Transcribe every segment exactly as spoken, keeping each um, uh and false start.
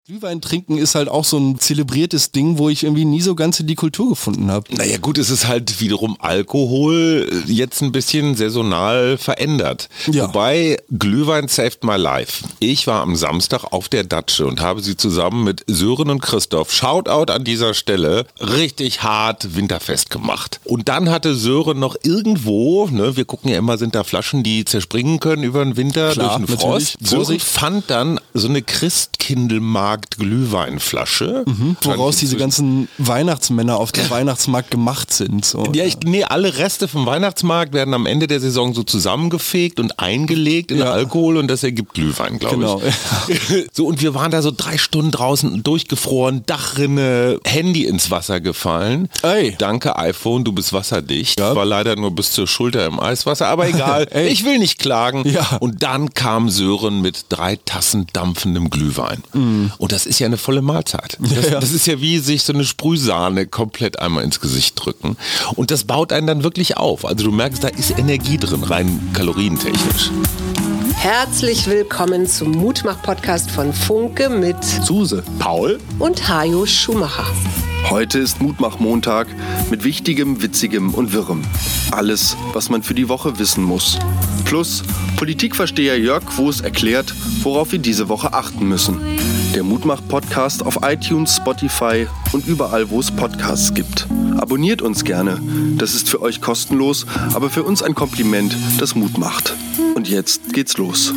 Glühwein trinken ist halt auch so ein zelebriertes Ding, wo ich irgendwie nie so ganz in die Kultur gefunden habe. Naja gut, es ist halt wiederum Alkohol jetzt ein bisschen saisonal verändert. Ja. Wobei Glühwein saved my life. Ich war am Samstag auf der Datsche und habe sie zusammen mit Sören und Christoph, Shoutout an dieser Stelle, richtig hart winterfest gemacht. Und dann hatte Sören noch irgendwo, ne, wir gucken ja immer, sind da Flaschen, die zerspringen können über den Winter Klar, durch den Frost. Sören fand dann so eine Christkindlmarkt Glühweinflasche. Mhm, woraus diese ganzen Weihnachtsmänner auf dem Weihnachtsmarkt gemacht sind. So. Ja, ich, nee, alle Reste vom Weihnachtsmarkt werden am Ende der Saison so zusammengefegt und eingelegt in Ja. Alkohol und das ergibt Glühwein, glaube Genau. ich. So, und wir waren da so drei Stunden draußen, durchgefroren, Dachrinne, Handy ins Wasser gefallen. Ey. Danke iPhone, du bist wasserdicht. Ja. War leider nur bis zur Schulter im Eiswasser, aber egal. Ich will nicht klagen. Ja. Und dann kam Sören mit drei Tassen dampfendem Glühwein. Mhm. Und das ist ja eine volle Mahlzeit. Das, Ja. das ist ja wie sich so eine Sprühsahne komplett einmal ins Gesicht drücken. Und das baut einen dann wirklich auf. Also du merkst, da ist Energie drin, rein kalorientechnisch. Herzlich willkommen zum Mutmach-Podcast von Funke mit Suse. Paul? und Hajo Schumacher. Heute ist Mutmach-Montag mit Wichtigem, Witzigem und Wirrem. Alles, was man für die Woche wissen muss. Plus Politikversteher Jörg Quos erklärt, worauf wir diese Woche achten müssen. Der Mutmach-Podcast auf iTunes, Spotify und überall, wo es Podcasts gibt. Abonniert uns gerne. Das ist für euch kostenlos, aber für uns ein Kompliment, das Mut macht. Und jetzt geht's los.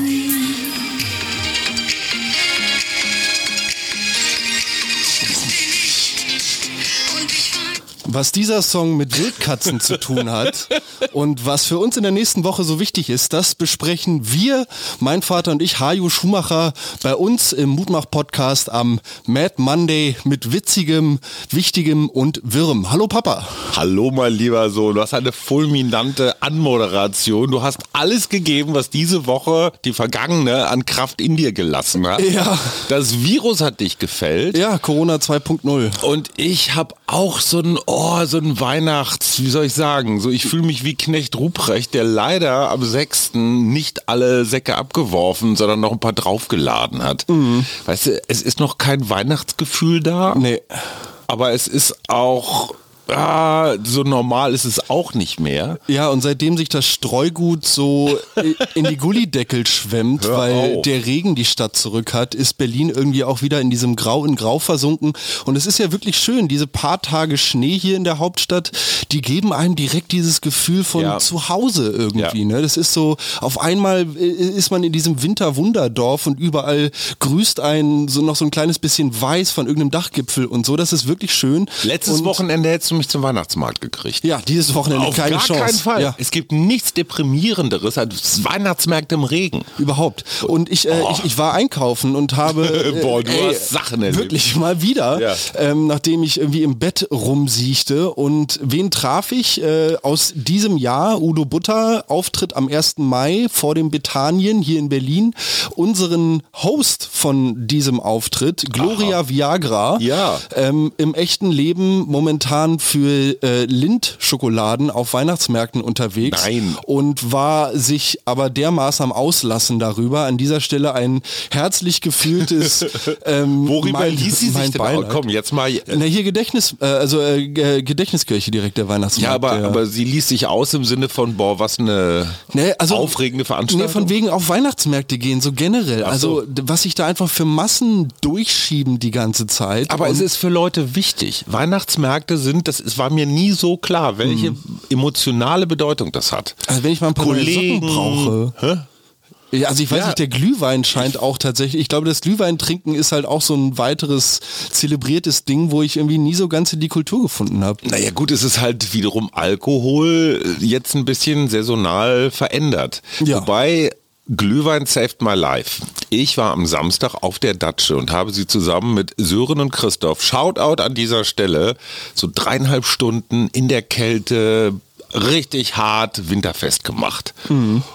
Was dieser Song mit Wildkatzen zu tun hat und was für uns in der nächsten Woche so wichtig ist, das besprechen wir, mein Vater und ich, Hajo Schumacher, bei uns im Mutmach-Podcast am Mad Monday mit Witzigem, Wichtigem und Wirrem. Hallo Papa. Hallo mein lieber Sohn, du hast eine fulminante Anmoderation. Du hast alles gegeben, was diese Woche, die vergangene, an Kraft in dir gelassen hat. Ja. Das Virus hat dich gefällt. Ja, Corona zwei Punkt null. Und ich habe auch so ein, oh, so ein Weihnachts, wie soll ich sagen, so ich fühle mich wie Knecht Ruprecht, der leider am sechsten nicht alle Säcke abgeworfen, sondern noch ein paar draufgeladen hat. Mhm. Weißt du, es ist noch kein Weihnachtsgefühl da. Nee. Aber es ist auch... Ah, so normal ist es auch nicht mehr. Ja, und seitdem sich das Streugut so in die Gullideckel schwemmt, Hör weil auf. der Regen die Stadt zurück hat, ist Berlin irgendwie auch wieder in diesem Grau in Grau versunken. Und es ist ja wirklich schön, diese paar Tage Schnee hier in der Hauptstadt, die geben einem direkt dieses Gefühl von Ja. zu Hause irgendwie. Ja. Ne? Das ist so, auf einmal ist man in diesem Winterwunderdorf und überall grüßt einen so noch so ein kleines bisschen weiß von irgendeinem Dachgipfel und so. Das ist wirklich schön. Letztes und Wochenende hättest du mich zum Weihnachtsmarkt gekriegt. Ja, dieses Wochenende Auf keine gar Chance. keinen Fall. Ja. Es gibt nichts Deprimierenderes als Weihnachtsmärkte im Regen. Überhaupt. Und ich, äh, Oh. ich, ich war einkaufen und habe äh, Boah, du hast Sachen erlebt. wirklich mal wieder, Ja. ähm, nachdem ich irgendwie im Bett rumsiechte. Und wen traf ich äh, aus diesem Jahr? Udo Butter, Auftritt am ersten Mai vor dem Bethanien hier in Berlin. Unseren Host von diesem Auftritt, Gloria Aha. Viagra, Ja. ähm, im echten Leben momentan für äh, Lindt-Schokoladen auf Weihnachtsmärkten unterwegs. Nein. Und war sich aber dermaßen am Auslassen darüber. An dieser Stelle ein herzlich gefühltes ähm, Worüber mein, ließ sie sich mein denn Beileid. auch? Komm, jetzt mal... Na, hier Gedächtnis, äh, also äh, G- Gedächtniskirche direkt, der Weihnachtsmarkt. Ja, aber, der, aber sie ließ sich aus im Sinne von, boah, was eine Nee, also, aufregende Veranstaltung. Nee, von wegen auf Weihnachtsmärkte gehen, so generell. Ach Also so. d- was sich da einfach für Massen durchschieben die ganze Zeit. Aber Und- es ist für Leute wichtig. Weihnachtsmärkte sind, das ist, war mir nie so klar, welche Mhm. emotionale Bedeutung das hat. Also wenn ich mal ein paar neue Kollegen Socken brauche. Hä? Ja, also ich weiß Ja. nicht, der Glühwein scheint auch tatsächlich, ich glaube, das Glühwein trinken ist halt auch so ein weiteres zelebriertes Ding, wo ich irgendwie nie so ganz in die Kultur gefunden habe. Naja gut, es ist halt wiederum Alkohol jetzt ein bisschen saisonal verändert. Ja. Wobei Glühwein saved my life. Ich war am Samstag auf der Datsche und habe sie zusammen mit Sören und Christoph, Shoutout an dieser Stelle, so dreieinhalb Stunden in der Kälte richtig hart winterfest gemacht.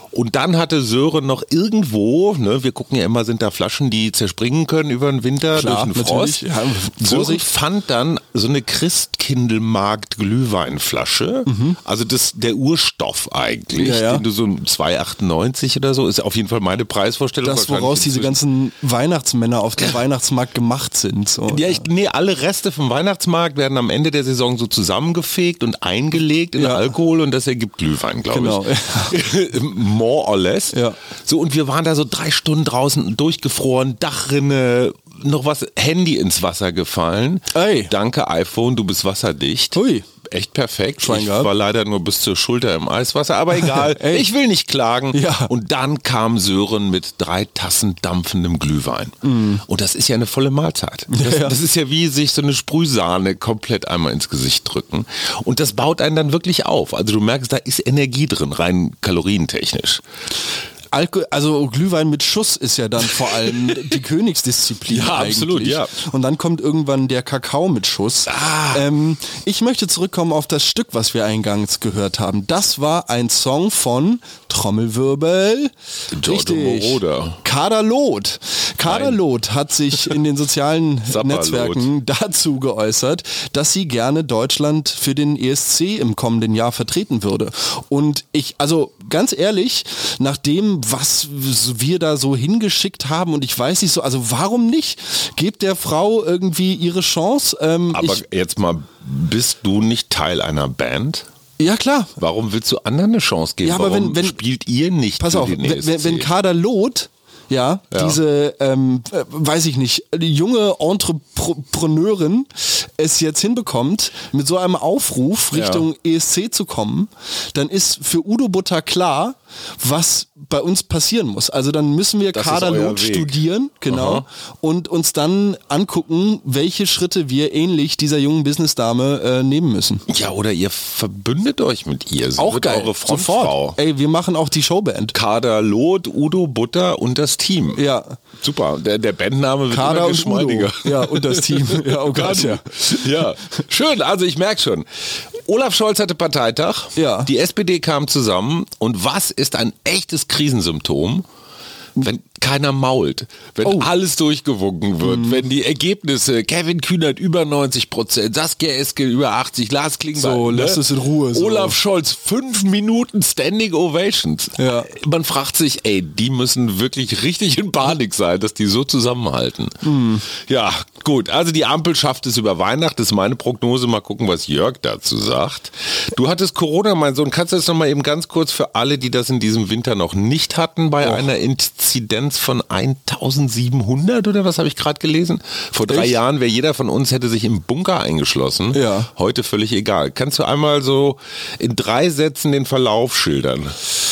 Und dann hatte Sören noch irgendwo, ne, wir gucken ja immer, sind da Flaschen, die zerspringen können über den Winter Klar, durch den Frost. Ja, Sören fand dann so eine Christkindlmarkt Glühweinflasche, mhm. also das der Urstoff eigentlich, ja, ja. den du so zwei achtundneunzig oder so, ist auf jeden Fall meine Preisvorstellung. Das, woraus diese ganzen Weihnachtsmänner auf dem Weihnachtsmarkt gemacht sind. So, ja, ich, nee, alle Reste vom Weihnachtsmarkt werden am Ende der Saison so zusammengefegt und eingelegt in ja. Alkohol und das ergibt Glühwein, glaube genau. ich. More or less. Ja. So, und wir waren da so drei Stunden draußen durchgefroren, Dachrinne, noch was, Handy ins Wasser gefallen. Ey. Danke iPhone, du bist wasserdicht. Hui. Echt perfekt. Schwein ich gehabt. war leider nur bis zur Schulter im Eiswasser, aber egal. Ich will nicht klagen. Ja. Und dann kam Sören mit drei Tassen dampfendem Glühwein. Mm. Und das ist ja eine volle Mahlzeit. Das, ja, ja. das ist ja wie sich so eine Sprühsahne komplett einmal ins Gesicht drücken. Und das baut einen dann wirklich auf. Also du merkst, da ist Energie drin, rein kalorientechnisch. Alko- also Glühwein mit Schuss ist ja dann vor allem die Königsdisziplin ja, eigentlich. Absolut, ja. Und dann kommt irgendwann der Kakao mit Schuss. Ah. Ähm, ich möchte zurückkommen auf das Stück, was wir eingangs gehört haben. Das war ein Song von Trommelwirbel. Giorgio Moroder. Kader Loth. Kader Loth hat sich in den sozialen Netzwerken dazu geäußert, dass sie gerne Deutschland für den E S C im kommenden Jahr vertreten würde. Und ich, also ganz ehrlich, nach dem, was wir da so hingeschickt haben und ich weiß nicht so, also warum nicht? Gebt der Frau irgendwie ihre Chance. Ähm, Aber ich, jetzt mal, bist du nicht Teil einer Band? Ja, klar. Warum willst du anderen eine Chance geben? Ja, aber Warum wenn, wenn, spielt ihr nicht pass für auf, den E S C? wenn, wenn Kader Loth Ja, ja, diese, ähm, äh, weiß ich nicht, die junge Entrepreneurin es jetzt hinbekommt, mit so einem Aufruf Richtung ja. E S C zu kommen, dann ist für Udo Butter klar, was bei uns passieren muss. Also dann müssen wir Kader Loth studieren, genau, Aha. und uns dann angucken, welche Schritte wir ähnlich dieser jungen Businessdame äh, nehmen müssen. Ja, oder ihr verbündet euch mit ihr. Sie auch wird geil, eure Frontfrau. Sofort. Ey, wir machen auch die Showband. Kader Loth, Udo Butter und das Team. Ja. Super, der, der Bandname wird Kader immer geschmeidiger. Und Udo. Ja, und das Team. Ja, oh Gott, ja. Ja, schön, also ich merke schon. Olaf Scholz hatte Parteitag, ja. die S P D kam zusammen und was ist ein echtes Krisensymptom? Wenn keiner mault, wenn oh. alles durchgewunken wird, mm. wenn die Ergebnisse, Kevin Kühnert über neunzig Prozent, Saskia Esken über achtzig, Lars Klingbeil, so, ne? Lass es in Ruhe. So. Olaf Scholz, fünf Minuten Standing Ovations. Ja. Man fragt sich, ey, die müssen wirklich richtig in Panik sein, dass die so zusammenhalten. Mm. Ja, gut, also die Ampel schafft es über Weihnachten, das ist meine Prognose, mal gucken, was Jörg dazu sagt. Du hattest Corona, mein Sohn, kannst du das nochmal eben ganz kurz für alle, die das in diesem Winter noch nicht hatten, bei oh. einer Inzidenz von eintausendsiebenhundert oder was habe ich gerade gelesen? Vor drei Echt? Jahren wäre jeder von uns, hätte sich im Bunker eingeschlossen. Ja. Heute völlig egal. Kannst du einmal so in drei Sätzen den Verlauf schildern?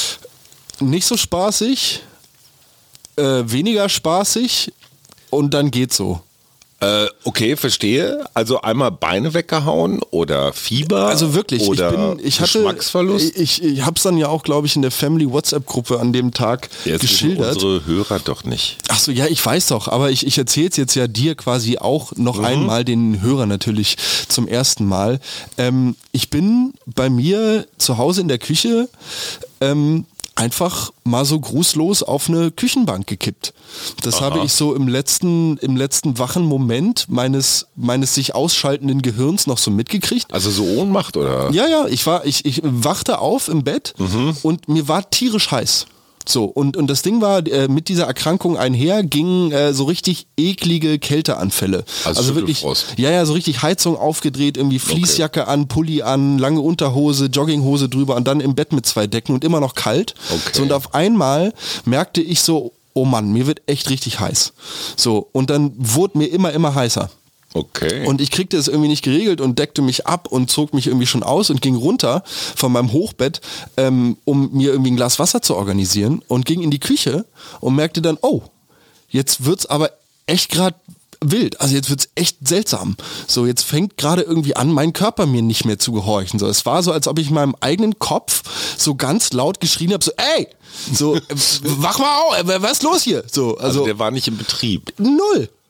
Nicht so spaßig, äh, weniger spaßig und dann geht's so. Äh, okay, verstehe. Also einmal Beine weggehauen oder Fieber also wirklich, oder ich bin, ich hatte, Geschmacksverlust? Ich, ich habe es dann ja auch, glaube ich, in der Family WhatsApp-Gruppe an dem Tag Jetzt geschildert. Unsere Hörer doch nicht. Ach so, ja, ich weiß doch, aber ich, ich erzähle es jetzt ja dir quasi auch noch mhm. einmal, den Hörern natürlich zum ersten Mal. Ähm, ich bin bei mir zu Hause in der Küche ähm, einfach mal so grußlos auf eine Küchenbank gekippt. Das Aha. habe ich so im letzten, im letzten wachen Moment meines, meines sich ausschaltenden Gehirns noch so mitgekriegt. Also so Ohnmacht, oder? Ja, ja, ich war, ich, ich wachte auf im Bett mhm. und mir war tierisch heiß. So, und, und das Ding war, äh, mit dieser Erkrankung einher gingen äh, so richtig eklige Kälteanfälle. Also, also wirklich, ja, ja, so richtig Heizung aufgedreht, irgendwie Fließjacke okay. an, Pulli an, lange Unterhose, Jogginghose drüber und dann im Bett mit zwei Decken und immer noch kalt. Okay. So, und auf einmal merkte ich so, oh Mann, mir wird echt richtig heiß. So, und dann wurde mir immer, immer heißer. Okay. Und ich kriegte es irgendwie nicht geregelt und deckte mich ab und zog mich irgendwie schon aus und ging runter von meinem Hochbett, ähm, um mir irgendwie ein Glas Wasser zu organisieren und ging in die Küche und merkte dann, oh, jetzt wird's aber echt gerade wild, also jetzt wird's echt seltsam. So, jetzt fängt gerade irgendwie an, mein Körper mir nicht mehr zu gehorchen. So, es war so, als ob ich in meinem eigenen Kopf so ganz laut geschrien habe, so, ey, so, wach mal auf, was ist los hier? So, also, also der war nicht im Betrieb. Null.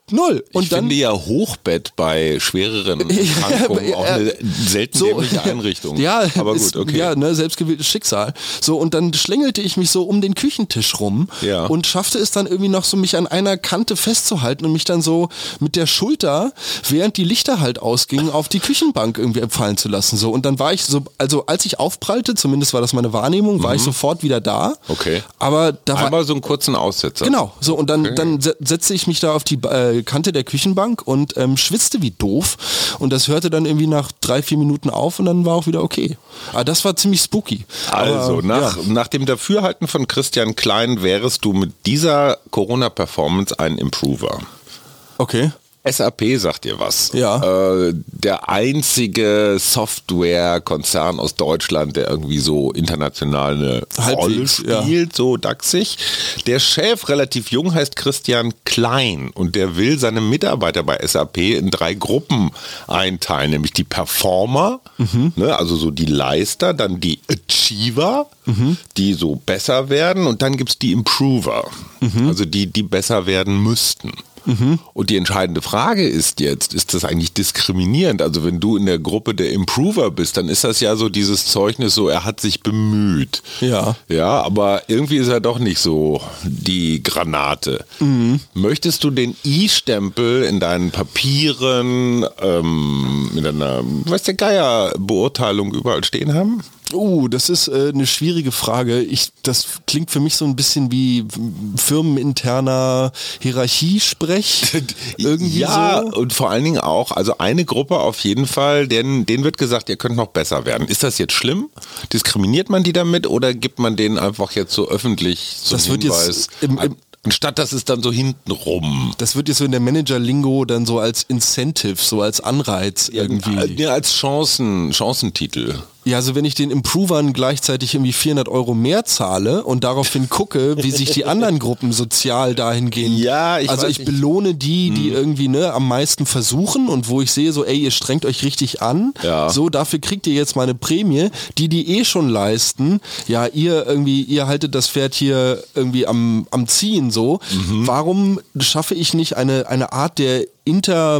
Null. Und ich dann, finde ja Hochbett bei schwereren Erkrankungen auch eine selten so, dämliche Einrichtung. Ja, aber ist, gut, okay. Ja, ne, selbstgewähltes Schicksal. So, und dann schlängelte ich mich so um den Küchentisch rum ja. und schaffte es dann irgendwie noch so, mich an einer Kante festzuhalten und mich dann so mit der Schulter, während die Lichter halt ausgingen, auf die Küchenbank irgendwie fallen zu lassen. So, und dann war ich so, also als ich aufprallte, zumindest war das meine Wahrnehmung, war mhm. ich sofort wieder da. Okay. Aber da war einmal so einen kurzen Aussetzer. Genau, so, und dann, okay. dann setzte ich mich da auf die äh, Kante der Küchenbank und ähm, schwitzte wie doof und das hörte dann irgendwie nach drei, vier Minuten auf und dann war auch wieder okay. Aber das war ziemlich spooky. Also, Aber, nach, ja. nach dem Dafürhalten von Christian Klein wärest du mit dieser Corona-Performance ein Improver. Okay. S A P sagt dir was. Ja. Äh, der einzige Softwarekonzern aus Deutschland, der irgendwie so international eine Rolle spielt, ja. so dachsig. Der Chef, relativ jung, heißt Christian Klein und der will seine Mitarbeiter bei S A P in drei Gruppen einteilen, nämlich die Performer, mhm. ne, also so die Leister, dann die Achiever, mhm. die so besser werden und dann gibt es die Improver, mhm. also die, die besser werden müssten. Mhm. Und die entscheidende Frage ist jetzt, ist das eigentlich diskriminierend? Also wenn du in der Gruppe der Improver bist, dann ist das ja so dieses Zeugnis so, er hat sich bemüht. Ja. Ja, aber irgendwie ist er doch nicht so die Granate. Mhm. Möchtest du den I-Stempel in deinen Papieren, ähm, in deiner, was der Geier, Beurteilung überall stehen haben? Uh, das ist äh, eine schwierige Frage. Ich, das klingt für mich so ein bisschen wie firmeninterner Hierarchiesprech. Irgendwie ja, so. Und vor allen Dingen auch, also eine Gruppe auf jeden Fall, denen, denen wird gesagt, ihr könnt noch besser werden. Ist das jetzt schlimm? Diskriminiert man die damit oder gibt man denen einfach jetzt so öffentlich so das einen wird Hinweis? Jetzt im, im Anstatt dass es dann so hinten rum. Das wird jetzt so in der Manager-Lingo dann so als Incentive, so als Anreiz irgendwie. Ja, als Chancen, Chancentitel. Ja, also wenn ich den Improvern gleichzeitig irgendwie vierhundert Euro mehr zahle und daraufhin gucke, wie sich die anderen Gruppen sozial dahingehend, ja, ich also weiß ich nicht. belohne die, die hm. irgendwie ne am meisten versuchen und wo ich sehe so, ey, ihr strengt euch richtig an, ja. so dafür kriegt ihr jetzt mal eine Prämie, die die eh schon leisten, ja, ihr irgendwie, ihr haltet das Pferd hier irgendwie am, am Ziehen so, mhm. warum schaffe ich nicht eine, eine Art der Inter...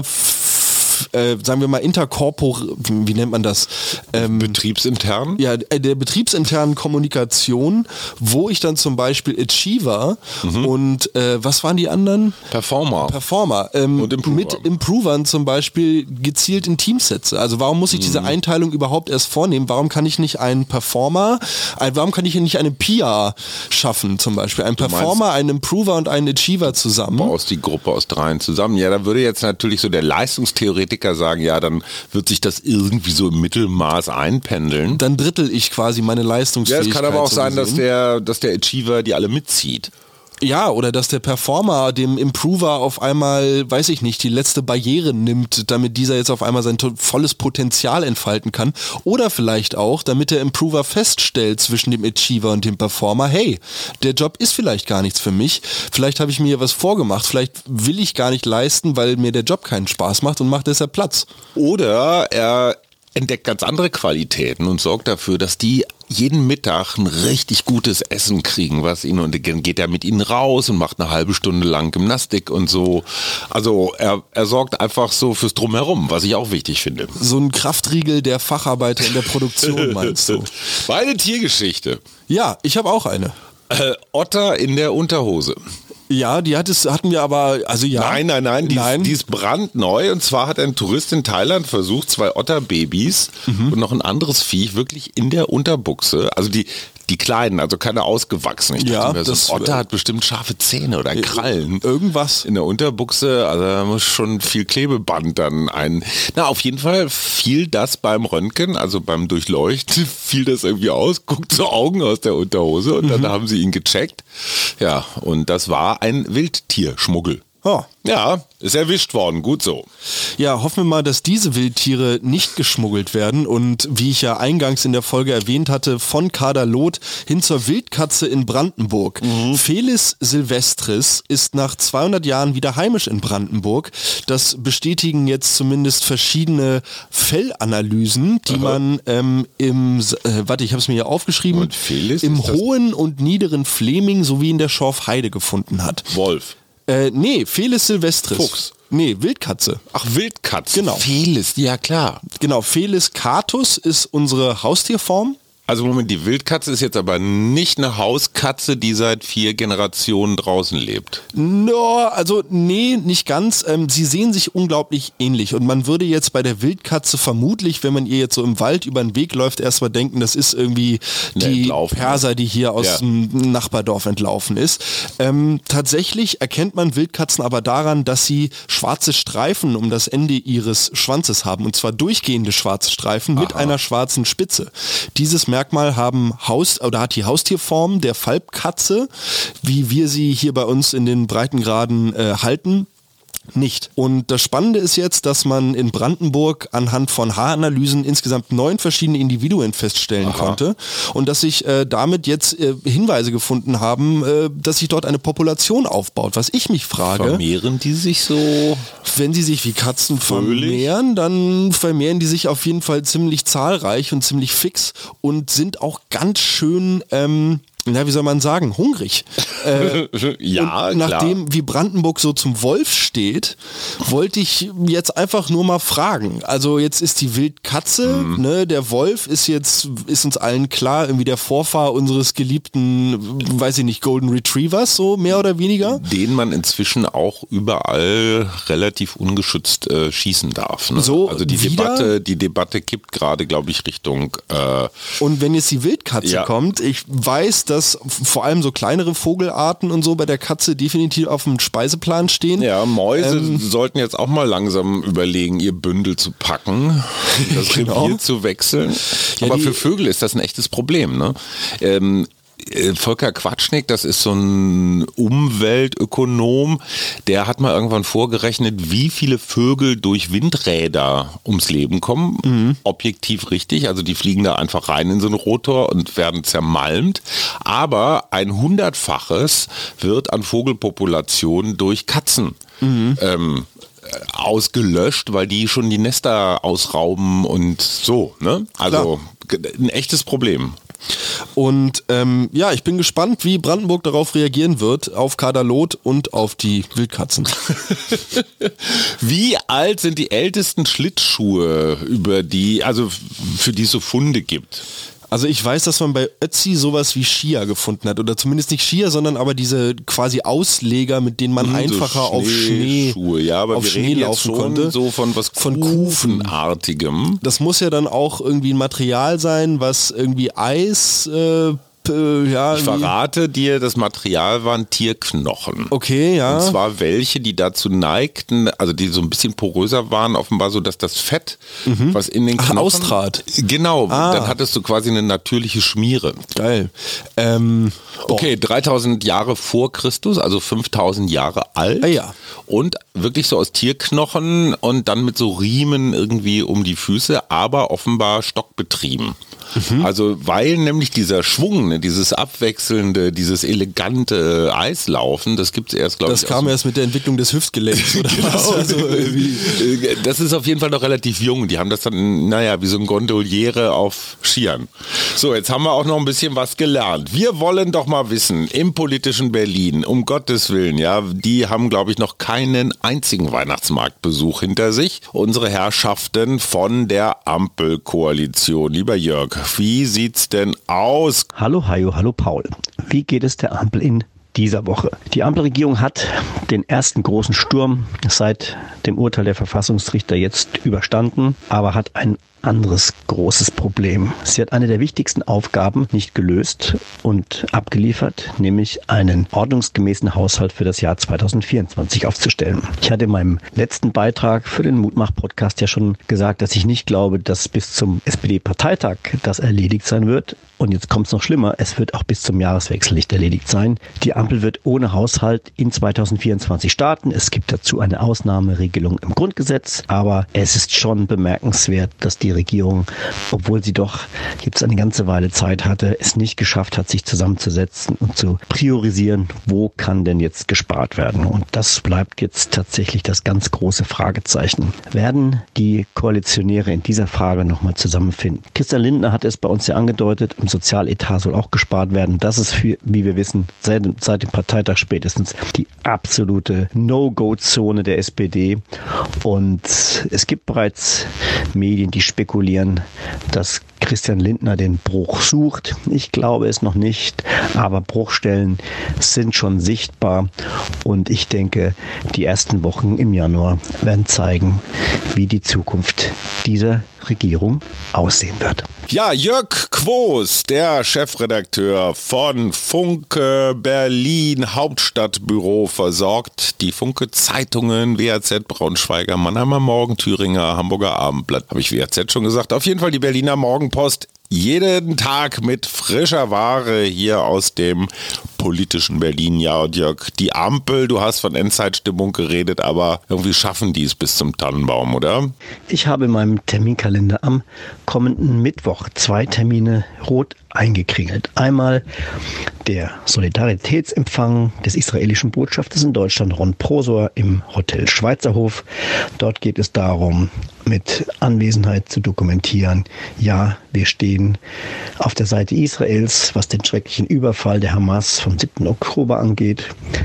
Äh, sagen wir mal interkorpor, wie nennt man das? Ähm, Betriebsintern? Ja, äh, der betriebsinternen Kommunikation, wo ich dann zum Beispiel Achiever mhm. und äh, was waren die anderen? Performer. Performer. Ähm, und Improver. Mit Improvern zum Beispiel gezielt in Teams setze. Also warum muss ich mhm. diese Einteilung überhaupt erst vornehmen? Warum kann ich nicht einen Performer, ein, warum kann ich nicht eine P R schaffen zum Beispiel? Ein du Performer, einen Improver und einen Achiever zusammen. Aus die Gruppe aus dreien zusammen. Ja, da würde jetzt natürlich so der Leistungstheoretiker sagen, ja, dann wird sich das irgendwie so im Mittelmaß einpendeln. Dann drittel ich quasi meine Leistungsfähigkeit. Ja, es kann aber auch so sein, dass gesehen. der, dass der Achiever die alle mitzieht. Ja, oder dass der Performer dem Improver auf einmal, weiß ich nicht, die letzte Barriere nimmt, damit dieser jetzt auf einmal sein to- volles Potenzial entfalten kann. Oder vielleicht auch, damit der Improver feststellt zwischen dem Achiever und dem Performer, hey, der Job ist vielleicht gar nichts für mich. Vielleicht habe ich mir hier was vorgemacht. Vielleicht will ich gar nicht leisten, weil mir der Job keinen Spaß macht und macht deshalb Platz. Oder er entdeckt ganz andere Qualitäten und sorgt dafür, dass die jeden Mittag ein richtig gutes Essen kriegen, was ihnen, und dann geht er mit ihnen raus und macht eine halbe Stunde lang Gymnastik und so. Also er, er sorgt einfach so fürs Drumherum, was ich auch wichtig finde. So ein Kraftriegel der Facharbeiter in der Produktion, meinst du? Meine Tiergeschichte. Ja, ich habe auch eine. Äh, Otter in der Unterhose. Ja, die hat es, hatten wir aber, also ja. Nein, nein, nein, die, nein. Ist, die ist brandneu, und zwar hat ein Tourist in Thailand versucht, zwei Otterbabys mhm. und noch ein anderes Viech wirklich in der Unterbuchse, also die die kleinen, also keine ausgewachsenen. Ich ja, dachte mir, so das ein Otter hat bestimmt scharfe Zähne oder Krallen. Irgendwas. In der Unterbuchse, also da muss schon viel Klebeband dann ein. Na, auf jeden Fall fiel das beim Röntgen, also beim Durchleuchten, fiel das irgendwie aus, guckt so Augen aus der Unterhose, und dann mhm. haben sie ihn gecheckt. Ja, und das war ein Wildtierschmuggel. Oh. Ja, ist erwischt worden, gut so. Ja, hoffen wir mal, dass diese Wildtiere nicht geschmuggelt werden und, wie ich ja eingangs in der Folge erwähnt hatte, von Kaderloth hin zur Wildkatze in Brandenburg. Mhm. Felis silvestris ist nach zweihundert Jahren wieder heimisch in Brandenburg. Das bestätigen jetzt zumindest verschiedene Fellanalysen, die Aha. man ähm, im, äh, warte, ich habe es mir hier aufgeschrieben, und Felis, im Hohen und Niederen Fleming sowie in der Schorfheide gefunden hat. Wolf. Äh, nee, Felis silvestris. Fuchs. Nee, Wildkatze. Ach, Wildkatze. Genau. Felis, ja klar. Genau, Felis catus ist unsere Haustierform. Also Moment, die Wildkatze ist jetzt aber nicht eine Hauskatze, die seit vier Generationen draußen lebt. No, also nee, nicht ganz. Ähm, sie sehen sich unglaublich ähnlich und man würde jetzt bei der Wildkatze vermutlich, wenn man ihr jetzt so im Wald über den Weg läuft, erstmal denken, das ist irgendwie die Entlaufen. Perser, die hier aus Ja. dem Nachbardorf entlaufen ist. Ähm, tatsächlich erkennt man Wildkatzen aber daran, dass sie schwarze Streifen um das Ende ihres Schwanzes haben und zwar durchgehende schwarze Streifen mit einer schwarzen Spitze. Dieses Merkmal haben Haus oder hat die Haustierform der Falbkatze, wie wir sie hier bei uns in den Breitengraden äh, halten, nicht. Und das Spannende ist jetzt, dass man in Brandenburg anhand von Haaranalysen insgesamt neun verschiedene Individuen feststellen Aha. konnte und dass sich äh, damit jetzt äh, Hinweise gefunden haben, äh, dass sich dort eine Population aufbaut. Was ich mich frage, Vermehren die sich so? wenn sie sich wie Katzen Fröhlich? vermehren, dann vermehren die sich auf jeden Fall ziemlich zahlreich und ziemlich fix und sind auch ganz schön, ähm, na, wie soll man sagen, hungrig. Äh, Ja, und klar. nachdem, wie Brandenburg so zum Wolf steht, wollte ich jetzt einfach nur mal fragen. Also jetzt ist die Wildkatze, Mhm. ne, der Wolf ist jetzt, ist uns allen klar, irgendwie der Vorfahr unseres geliebten, weiß ich nicht, Golden Retrievers, so mehr oder weniger. Den man inzwischen auch überall relativ ungeschützt äh, schießen darf. Ne? So, also die wieder? Debatte, die Debatte kippt gerade, glaube ich, Richtung äh, Und wenn jetzt die Wildkatze Ja. kommt, ich weiß, dass vor allem so kleinere Vogelarten und so bei der Katze definitiv auf dem Speiseplan stehen. ja, Mäuse sollten jetzt auch mal langsam überlegen, ihr Bündel zu packen, das Genau. Revier zu wechseln. Ja, Aber die- für Vögel ist das ein echtes Problem. Ne? Ähm, äh, Volker Quatschnick, das ist so ein Umweltökonom, der hat mal irgendwann vorgerechnet, wie viele Vögel durch Windräder ums Leben kommen. Mhm. Objektiv richtig, also die fliegen da einfach rein in so einen Rotor und werden zermalmt. Aber ein hundertfaches wird an Vogelpopulationen durch Katzen Mhm. ähm, ausgelöscht, weil die schon die Nester ausrauben und so. Ne? Also g- ein echtes Problem. Und ähm, ja, ich bin gespannt, wie Brandenburg darauf reagieren wird, auf Kaderlot und auf die Wildkatzen. Wie alt sind die ältesten Schlittschuhe, über die, also für die es so Funde gibt? Also ich weiß, dass man bei Ötzi sowas wie Skier gefunden hat. Oder zumindest nicht Skier, sondern aber diese quasi Ausleger, mit denen man einfacher so auf Schnee, Schneeschuhe, ja, aber auf wir Schnee reden jetzt laufen schon konnte. so von was Von Kufen. Kufenartigem. Das muss ja dann auch irgendwie ein Material sein, was irgendwie Eis, äh, p- ja. Ich irgendwie- verrate dir, das Material waren Tierknochen. Okay, ja. Und zwar welche, die dazu neigten, also die so ein bisschen poröser waren, offenbar so, dass das Fett, was in den Mhm. Ach, Knochen austrat. Genau, Ah. dann hattest du quasi eine natürliche Schmiere. Geil. Ähm, Okay, dreitausend Jahre vor Christus, also fünftausend Jahre alt. Ah, ja. Und wirklich so aus Tierknochen und dann mit so Riemen irgendwie um die Füße, aber offenbar stockbetrieben. Mhm. Also weil nämlich dieser Schwung, ne, dieses abwechselnde, dieses elegante Eislaufen, das gibt es erst, glaube ich, das kam aus- erst mit der Entwicklung des Hüftgelenks, oder Genau. was? Also irgendwie. Das ist auf jeden Fall noch relativ jung. Die haben das dann, naja, wie so ein Gondoliere auf Skiern. So, jetzt haben wir auch noch ein bisschen was gelernt. Wir wollen doch mal wissen, im politischen Berlin, um Gottes Willen, ja, die haben, glaube ich, noch keinen einzigen Weihnachtsmarktbesuch hinter sich. Unsere Herrschaften von der Ampelkoalition. Lieber Jörg, wie sieht's denn aus? Hallo Hajo, hallo Paul. Wie geht es der Ampel in dieser Woche? Die Ampelregierung hat den ersten großen Sturm seit dem Urteil der Verfassungsrichter jetzt überstanden, aber hat ein anderes großes Problem. Sie hat eine der wichtigsten Aufgaben nicht gelöst und abgeliefert, nämlich einen ordnungsgemäßen Haushalt für das Jahr zweitausendvierundzwanzig aufzustellen. Ich hatte in meinem letzten Beitrag für den Mutmach-Podcast ja schon gesagt, dass ich nicht glaube, dass bis zum S P D-Parteitag das erledigt sein wird. Und jetzt kommt es noch schlimmer, es wird auch bis zum Jahreswechsel nicht erledigt sein. Die Ampel wird ohne Haushalt in zweitausendvierundzwanzig starten. Es gibt dazu eine Ausnahmeregelung im Grundgesetz, aber es ist schon bemerkenswert, dass die Regierung, obwohl sie doch jetzt eine ganze Weile Zeit hatte, es nicht geschafft hat, sich zusammenzusetzen und zu priorisieren, wo kann denn jetzt gespart werden. Und das bleibt jetzt tatsächlich das ganz große Fragezeichen. Werden die Koalitionäre in dieser Frage nochmal zusammenfinden? Christian Lindner hat es bei uns ja angedeutet, im Sozialetat soll auch gespart werden. Das ist, für, wie wir wissen, seit, seit seit dem Parteitag spätestens die absolute No-Go-Zone der S P D. Und es gibt bereits Medien, die spekulieren, dass Christian Lindner den Bruch sucht. Ich glaube es noch nicht, aber Bruchstellen sind schon sichtbar. Und ich denke, die ersten Wochen im Januar werden zeigen, wie die Zukunft dieser Regierung aussehen wird. Ja, Jörg Quos, der Chefredakteur von Funke Berlin Hauptstadtbüro, versorgt die Funke Zeitungen, W A Z Braunschweiger, Mannheimer Morgen, Thüringer, Hamburger Abendblatt. Habe ich W A Z schon gesagt? Auf jeden Fall die Berliner Morgenpost. Jeden Tag mit frischer Ware hier aus dem politischen Berlin. Ja, und Jörg, die Ampel, du hast von Endzeitstimmung geredet, aber irgendwie schaffen die es bis zum Tannenbaum, oder? Ich habe in meinem Terminkalender am kommenden Mittwoch zwei Termine rot eingekringelt. Einmal der Solidaritätsempfang des israelischen Botschafters in Deutschland, Ron Prosor, im Hotel Schweizerhof. Dort geht es darum, mit Anwesenheit zu dokumentieren, ja, wir stehen auf der Seite Israels, was den schrecklichen Überfall der Hamas vom siebten Oktober angeht.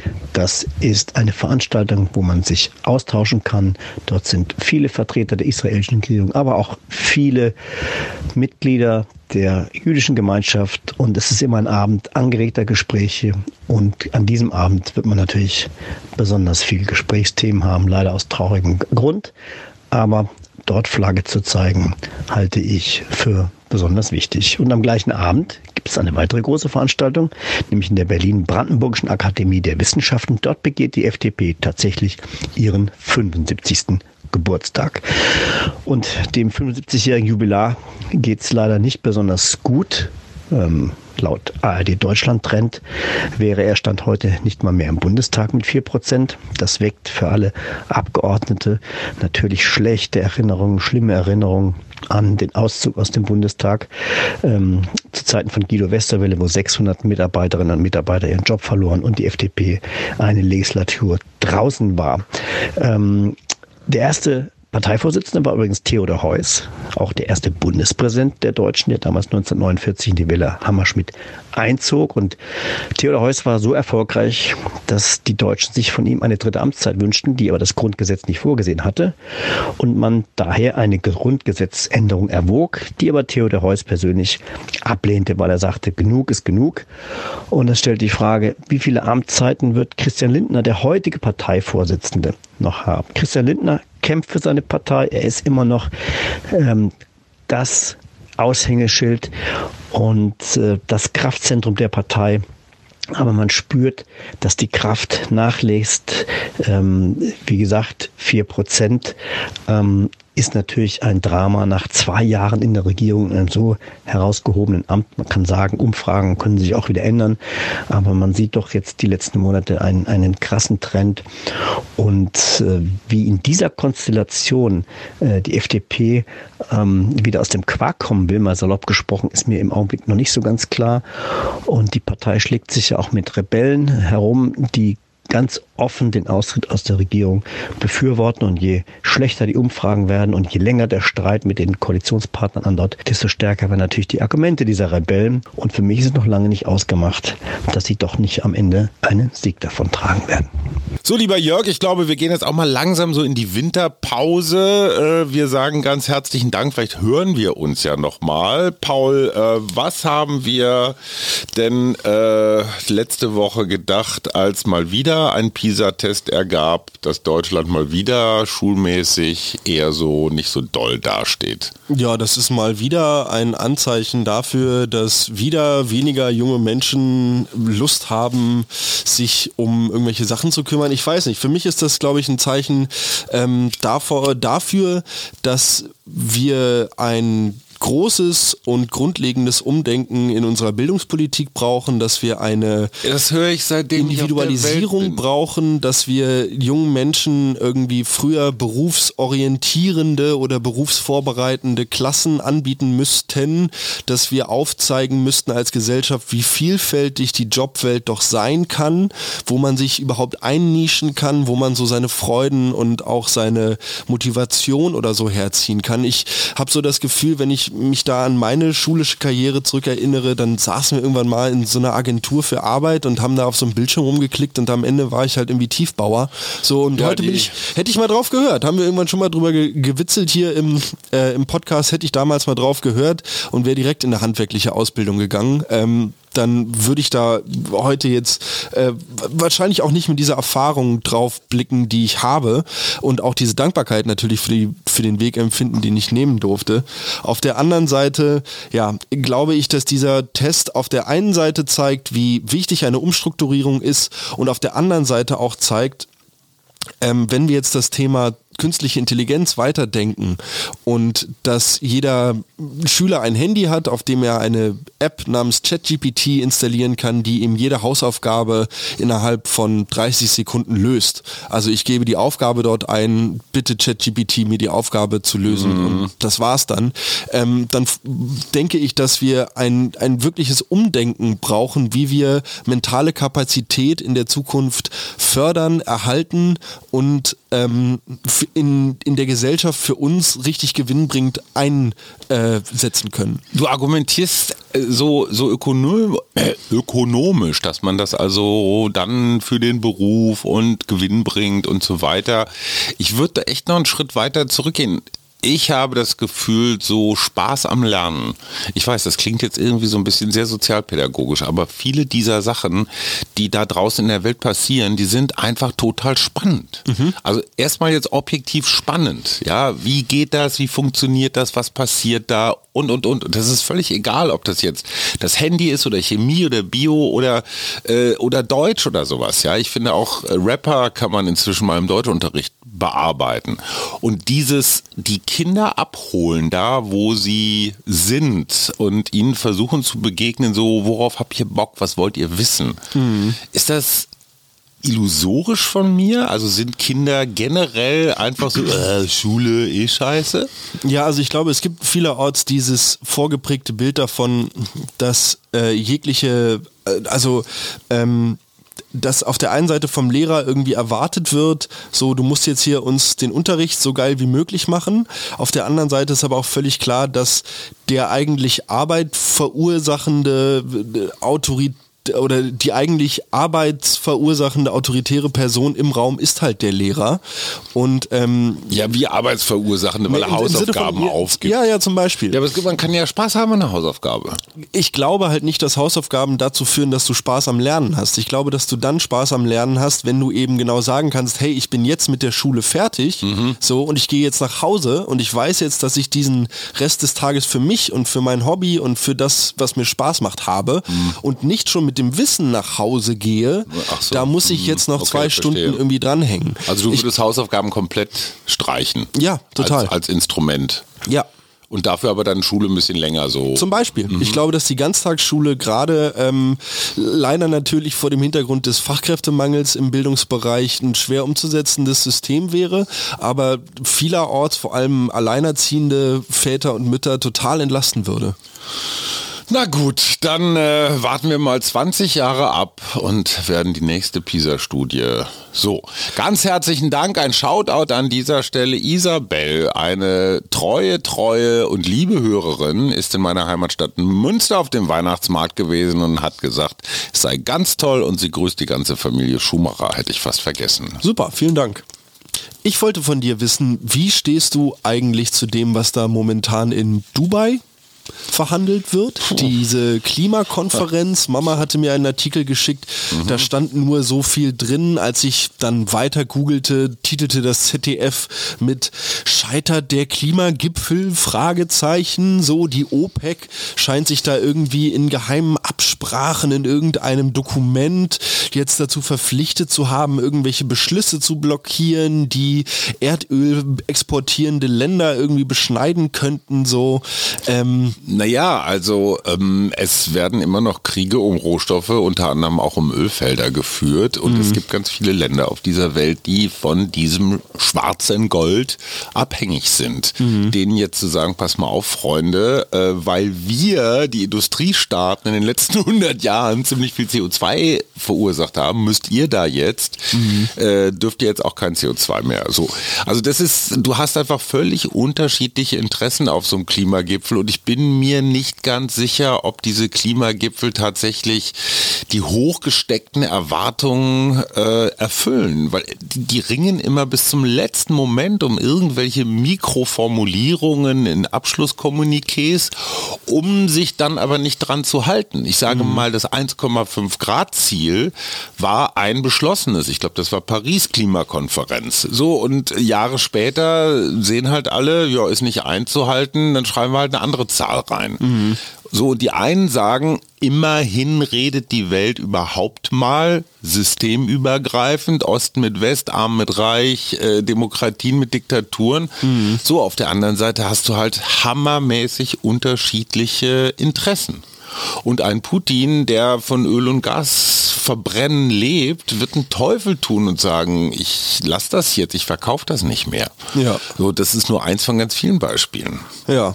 Das ist eine Veranstaltung, wo man sich austauschen kann. Dort sind viele Vertreter der israelischen Regierung, aber auch viele Mitglieder der jüdischen Gemeinschaft, und es ist immer ein Abend angeregter Gespräche, und an diesem Abend wird man natürlich besonders viele Gesprächsthemen haben, leider aus traurigem Grund, aber dort Flagge zu zeigen, halte ich für besonders wichtig. Und am gleichen Abend gibt es eine weitere große Veranstaltung, nämlich in der Berlin-Brandenburgischen Akademie der Wissenschaften. Dort begeht die F D P tatsächlich ihren fünfundsiebzigsten Geburtstag. Und dem fünfundsiebzigjährigen Jubilar geht es leider nicht besonders gut. Ähm, laut A R D Deutschland-Trend wäre er Stand heute nicht mal mehr im Bundestag mit vier Prozent. Das weckt für alle Abgeordnete natürlich schlechte Erinnerungen, schlimme Erinnerungen an den Auszug aus dem Bundestag ähm, zu Zeiten von Guido Westerwelle, wo sechshundert Mitarbeiterinnen und Mitarbeiter ihren Job verloren und die F D P eine Legislatur draußen war. Ähm, der erste Parteivorsitzende war übrigens Theodor Heuss, auch der erste Bundespräsident der Deutschen, der damals neunzehnhundertneunundvierzig in die Villa Hammerschmidt einzog. Und Theodor Heuss war so erfolgreich, dass die Deutschen sich von ihm eine dritte Amtszeit wünschten, die aber das Grundgesetz nicht vorgesehen hatte. Und man daher eine Grundgesetzänderung erwog, die aber Theodor Heuss persönlich ablehnte, weil er sagte, genug ist genug. Und es stellt die Frage, wie viele Amtszeiten wird Christian Lindner, der heutige Parteivorsitzende, noch haben? Christian Lindner kämpft für seine Partei. Er ist immer noch ähm, das Aushängeschild und äh, das Kraftzentrum der Partei. Aber man spürt, dass die Kraft nachlässt. Ähm, wie gesagt, vier Prozent ähm, ist natürlich ein Drama nach zwei Jahren in der Regierung in einem so herausgehobenen Amt. Man kann sagen, Umfragen können sich auch wieder ändern, aber man sieht doch jetzt die letzten Monate einen, einen krassen Trend. Und äh, wie in dieser Konstellation äh, die F D P ähm, wieder aus dem Quark kommen will, mal salopp gesprochen, ist mir im Augenblick noch nicht so ganz klar. Und die Partei schlägt sich ja auch mit Rebellen herum, die ganz offen den Austritt aus der Regierung befürworten. Und je schlechter die Umfragen werden und je länger der Streit mit den Koalitionspartnern andauert, desto stärker werden natürlich die Argumente dieser Rebellen. Und für mich ist es noch lange nicht ausgemacht, dass sie doch nicht am Ende einen Sieg davon tragen werden. So, lieber Jörg, ich glaube, wir gehen jetzt auch mal langsam so in die Winterpause. Wir sagen ganz herzlichen Dank. Vielleicht hören wir uns ja noch mal. Paul, was haben wir denn letzte Woche gedacht, als mal wieder ein PISA-Test ergab, dass Deutschland mal wieder schulmäßig eher so nicht so doll dasteht? Ja, das ist mal wieder ein Anzeichen dafür, dass wieder weniger junge Menschen Lust haben, sich um irgendwelche Sachen zu kümmern. Ich weiß nicht, für mich ist das, glaube ich, ein Zeichen ähm, davor, dafür, dass wir ein großes und grundlegendes Umdenken in unserer Bildungspolitik brauchen, dass wir eine das höre ich seitdem Individualisierung ich auf der Welt bin. brauchen, dass wir jungen Menschen irgendwie früher berufsorientierende oder berufsvorbereitende Klassen anbieten müssten, dass wir aufzeigen müssten als Gesellschaft, wie vielfältig die Jobwelt doch sein kann, wo man sich überhaupt einnischen kann, wo man so seine Freuden und auch seine Motivation oder so herziehen kann. Ich habe so das Gefühl, wenn ich ich mich da an meine schulische Karriere zurückerinnere, dann saßen wir irgendwann mal in so einer Agentur für Arbeit und haben da auf so einem Bildschirm rumgeklickt und am Ende war ich halt irgendwie Tiefbauer. So, und ja, heute bin ich, hätte ich mal drauf gehört, haben wir irgendwann schon mal drüber ge- gewitzelt hier im, äh, im Podcast, hätte ich damals mal drauf gehört und wäre direkt in eine handwerkliche Ausbildung gegangen. Ähm, dann würde ich da heute jetzt äh, wahrscheinlich auch nicht mit dieser Erfahrung drauf blicken, die ich habe und auch diese Dankbarkeit natürlich für, die, für den Weg empfinden, den ich nehmen durfte. Auf der anderen Seite, ja, glaube ich, dass dieser Test auf der einen Seite zeigt, wie wichtig eine Umstrukturierung ist und auf der anderen Seite auch zeigt, ähm, wenn wir jetzt das Thema künstliche Intelligenz weiterdenken und dass jeder Schüler ein Handy hat, auf dem er eine App namens ChatGPT installieren kann, die ihm jede Hausaufgabe innerhalb von dreißig Sekunden löst. Also ich gebe die Aufgabe dort ein, bitte ChatGPT mir die Aufgabe zu lösen mhm. und das war's dann. Ähm, dann f- denke ich, dass wir ein, ein wirkliches Umdenken brauchen, wie wir mentale Kapazität in der Zukunft fördern, erhalten und ähm, in, in der Gesellschaft für uns richtig gewinnbringend einsetzen können. Du argumentierst so, so ökonom, äh, ökonomisch, dass man das also dann für den Beruf und Gewinn bringt und so weiter. Ich würde da echt noch einen Schritt weiter zurückgehen. Ich habe das Gefühl, so Spaß am Lernen. Ich weiß, das klingt jetzt irgendwie so ein bisschen sehr sozialpädagogisch, aber viele dieser Sachen, die da draußen in der Welt passieren, die sind einfach total spannend. Mhm. Also erstmal jetzt objektiv spannend. Ja, wie geht das? Wie funktioniert das? Was passiert da? Und, und, und. Das ist völlig egal, ob das jetzt das Handy ist oder Chemie oder Bio oder, äh, oder Deutsch oder sowas. Ja, ich finde auch äh, Rapper kann man inzwischen mal im Deutschunterricht bearbeiten. Und dieses, die Kinder abholen da, wo sie sind und ihnen versuchen zu begegnen, so, worauf habt ihr Bock, was wollt ihr wissen? Mhm. Ist das illusorisch von mir? Also sind Kinder generell einfach so, äh, Schule eh scheiße? Ja, also ich glaube, es gibt vielerorts dieses vorgeprägte Bild davon, dass äh, jegliche, äh, also ähm, dass auf der einen Seite vom Lehrer irgendwie erwartet wird, so du musst jetzt hier uns den Unterricht so geil wie möglich machen. Auf der anderen Seite ist aber auch völlig klar, dass der eigentlich Arbeit verursachende Autorität oder die eigentlich arbeitsverursachende autoritäre Person im Raum ist halt der Lehrer. Und ähm, ja, wie arbeitsverursachende, weil er Hausaufgaben von, aufgibt. Ja, ja, zum Beispiel. Ja, aber es gibt, man kann ja Spaß haben an einer Hausaufgabe. Ich glaube halt nicht, dass Hausaufgaben dazu führen, dass du Spaß am Lernen hast. Ich glaube, dass du dann Spaß am Lernen hast, wenn du eben genau sagen kannst, hey, ich bin jetzt mit der Schule fertig, mhm. so, und ich gehe jetzt nach Hause und ich weiß jetzt, dass ich diesen Rest des Tages für mich und für mein Hobby und für das, was mir Spaß macht, habe mhm. und nicht schon mit dem Wissen nach Hause gehe, so. Da muss ich jetzt noch okay, zwei Stunden verstehe. irgendwie dranhängen. Also du würdest ich, Hausaufgaben komplett streichen. Ja, total. Als, als Instrument. Ja. Und dafür aber dann Schule ein bisschen länger so. Zum Beispiel. Mhm. Ich glaube, dass die Ganztagsschule gerade ähm, leider natürlich vor dem Hintergrund des Fachkräftemangels im Bildungsbereich ein schwer umzusetzendes System wäre, aber vielerorts vor allem alleinerziehende Väter und Mütter total entlasten würde. Na gut, dann äh, warten wir mal zwanzig Jahre ab und werden die nächste PISA-Studie. So, ganz herzlichen Dank, ein Shoutout an dieser Stelle. Isabel, eine treue, treue und liebe Hörerin, ist in meiner Heimatstadt Münster auf dem Weihnachtsmarkt gewesen und hat gesagt, es sei ganz toll und sie grüßt die ganze Familie Schumacher, hätte ich fast vergessen. Super, vielen Dank. Ich wollte von dir wissen, wie stehst du eigentlich zu dem, was da momentan in Dubai verhandelt wird. Puh. Diese Klimakonferenz, Mama hatte mir einen Artikel geschickt, mhm. da stand nur so viel drin, als ich dann weiter googelte, titelte das Z D F mit Scheitert der Klimagipfel? Fragezeichen, so die OPEC scheint sich da irgendwie in geheimen Absprachen in irgendeinem Dokument jetzt dazu verpflichtet zu haben, irgendwelche Beschlüsse zu blockieren, die Erdöl exportierende Länder irgendwie beschneiden könnten, so. Ähm, Naja, also ähm, es werden immer noch Kriege um Rohstoffe, unter anderem auch um Ölfelder geführt und mhm. es gibt ganz viele Länder auf dieser Welt, die von diesem schwarzen Gold abhängen. abhängig sind, mhm. denen jetzt zu sagen, pass mal auf, Freunde, äh, weil wir, die Industriestaaten in den letzten hundert Jahren ziemlich viel C O zwei verursacht haben, müsst ihr da jetzt, mhm. äh, dürft ihr jetzt auch kein C O zwei mehr. So. Also das ist, du hast einfach völlig unterschiedliche Interessen auf so einem Klimagipfel und ich bin mir nicht ganz sicher, ob diese Klimagipfel tatsächlich die hochgesteckten Erwartungen äh, erfüllen, weil die, die ringen immer bis zum letzten Moment um irgendwelche Mikroformulierungen in Abschlusskommuniqués, um sich dann aber nicht dran zu halten. Ich sage mhm. mal, das eins Komma fünf Grad Ziel war ein beschlossenes. Ich glaube, das war Paris-Klimakonferenz. So, und Jahre später sehen halt alle, ja, ist nicht einzuhalten, dann schreiben wir halt eine andere Zahl rein. Mhm. So, die einen sagen, immerhin redet die Welt überhaupt mal systemübergreifend, Osten mit West, Arm mit Reich, äh, Demokratien mit Diktaturen. Mhm. So, auf der anderen Seite hast du halt hammermäßig unterschiedliche Interessen. Und ein Putin, der von Öl und Gas verbrennen lebt, wird einen Teufel tun und sagen, ich lasse das jetzt, ich verkaufe das nicht mehr. Ja. So, das ist nur eins von ganz vielen Beispielen. Ja.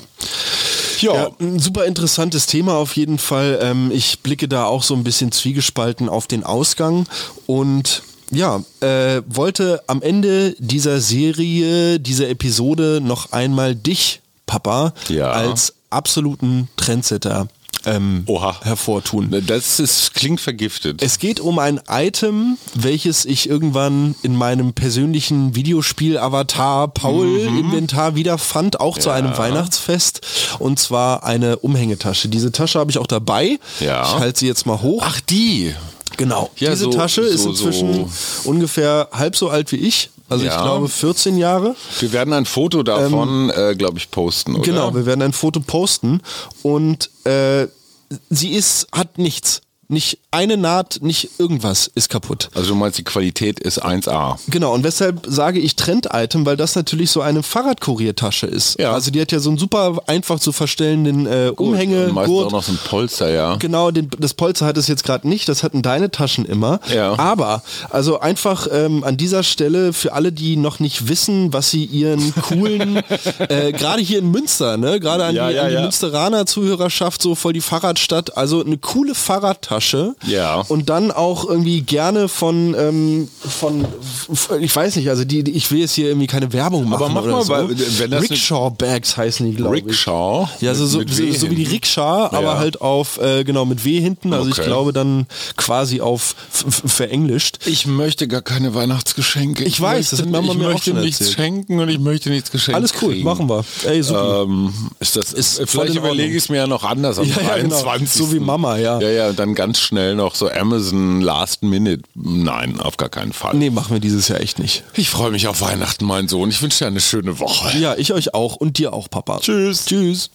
Ja. ja, ein super interessantes Thema auf jeden Fall. Ähm, ich blicke da auch so ein bisschen zwiegespalten auf den Ausgang und ja, äh, wollte am Ende dieser Serie, dieser Episode noch einmal dich, Papa, ja. als absoluten Trendsetter Ähm, Oha. hervortun. Das ist, klingt vergiftet. Es geht um ein Item, welches ich irgendwann in meinem persönlichen Videospiel-Avatar Paul-Inventar mhm. wiederfand, auch ja. zu einem Weihnachtsfest, und zwar eine Umhängetasche. Diese Tasche habe ich auch dabei. Ja. Ich halte sie jetzt mal hoch. Ach, die? Genau. Ja, diese so, Tasche so, ist inzwischen so. ungefähr halb so alt wie ich. Also ja. ich glaube vierzehn Jahre. Wir werden ein Foto davon, ähm, äh, glaube ich, posten, oder? Genau, wir werden ein Foto posten und äh, sie ist, hat nichts. Nicht eine Naht, nicht irgendwas ist kaputt. Also du meinst, die Qualität ist eins A. Genau, und weshalb sage ich Trend-Item, weil das natürlich so eine Fahrradkuriertasche ist. Ja. Also die hat ja so einen super einfach zu verstellenden äh, Umhänge. Meistens auch noch so ein Polster, ja. Genau, den, das Polster hat es jetzt gerade nicht, das hatten deine Taschen immer. Ja. Aber, also einfach ähm, an dieser Stelle für alle, die noch nicht wissen, was sie ihren coolen, äh, gerade hier in Münster, ne, gerade an, ja, die, ja, an die ja. Münsteraner Zuhörerschaft, so voll die Fahrradstadt, also eine coole Fahrradtasche. Ja. Und dann auch irgendwie gerne von, ähm, von, ich weiß nicht, also die, die, ich will jetzt hier irgendwie keine Werbung machen. Aber mach mal, so. weil, wenn das Rickshaw-Bags heißen die, glaube ich. Rickshaw? Ja, so, so, so, so wie die Rikscha, aber ja. halt auf, äh, genau, mit W hinten. Also okay. ich glaube dann quasi auf verenglischt. Ich möchte gar keine Weihnachtsgeschenke. Ich, ich weiß, möchte, das hat Mama mir auch schon erzählt. Ich möchte nichts schenken und ich möchte nichts geschenkt Alles cool, kriegen. machen wir. Ey, super. Ähm, ist das, ist vielleicht überlege ich es mir ja noch anders am ja, ja, dreiundzwanzigsten Genau. So wie Mama, ja. Ja, ja, und dann ganz schnell noch so Amazon Last Minute. Nein, auf gar keinen Fall. Nee, machen wir dieses Jahr echt nicht. Ich freue mich auf Weihnachten, mein Sohn. Ich wünsche dir eine schöne Woche. Ja, ich euch auch und dir auch, Papa. Tschüss. Tschüss.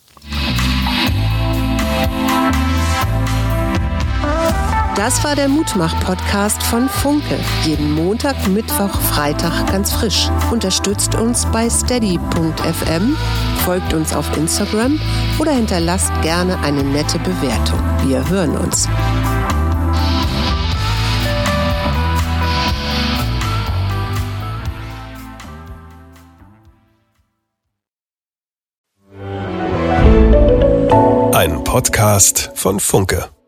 Das war der Mutmach-Podcast von Funke. Jeden Montag, Mittwoch, Freitag ganz frisch. Unterstützt uns bei steady punkt f m, folgt uns auf Instagram oder hinterlasst gerne eine nette Bewertung. Wir hören uns. Ein Podcast von Funke.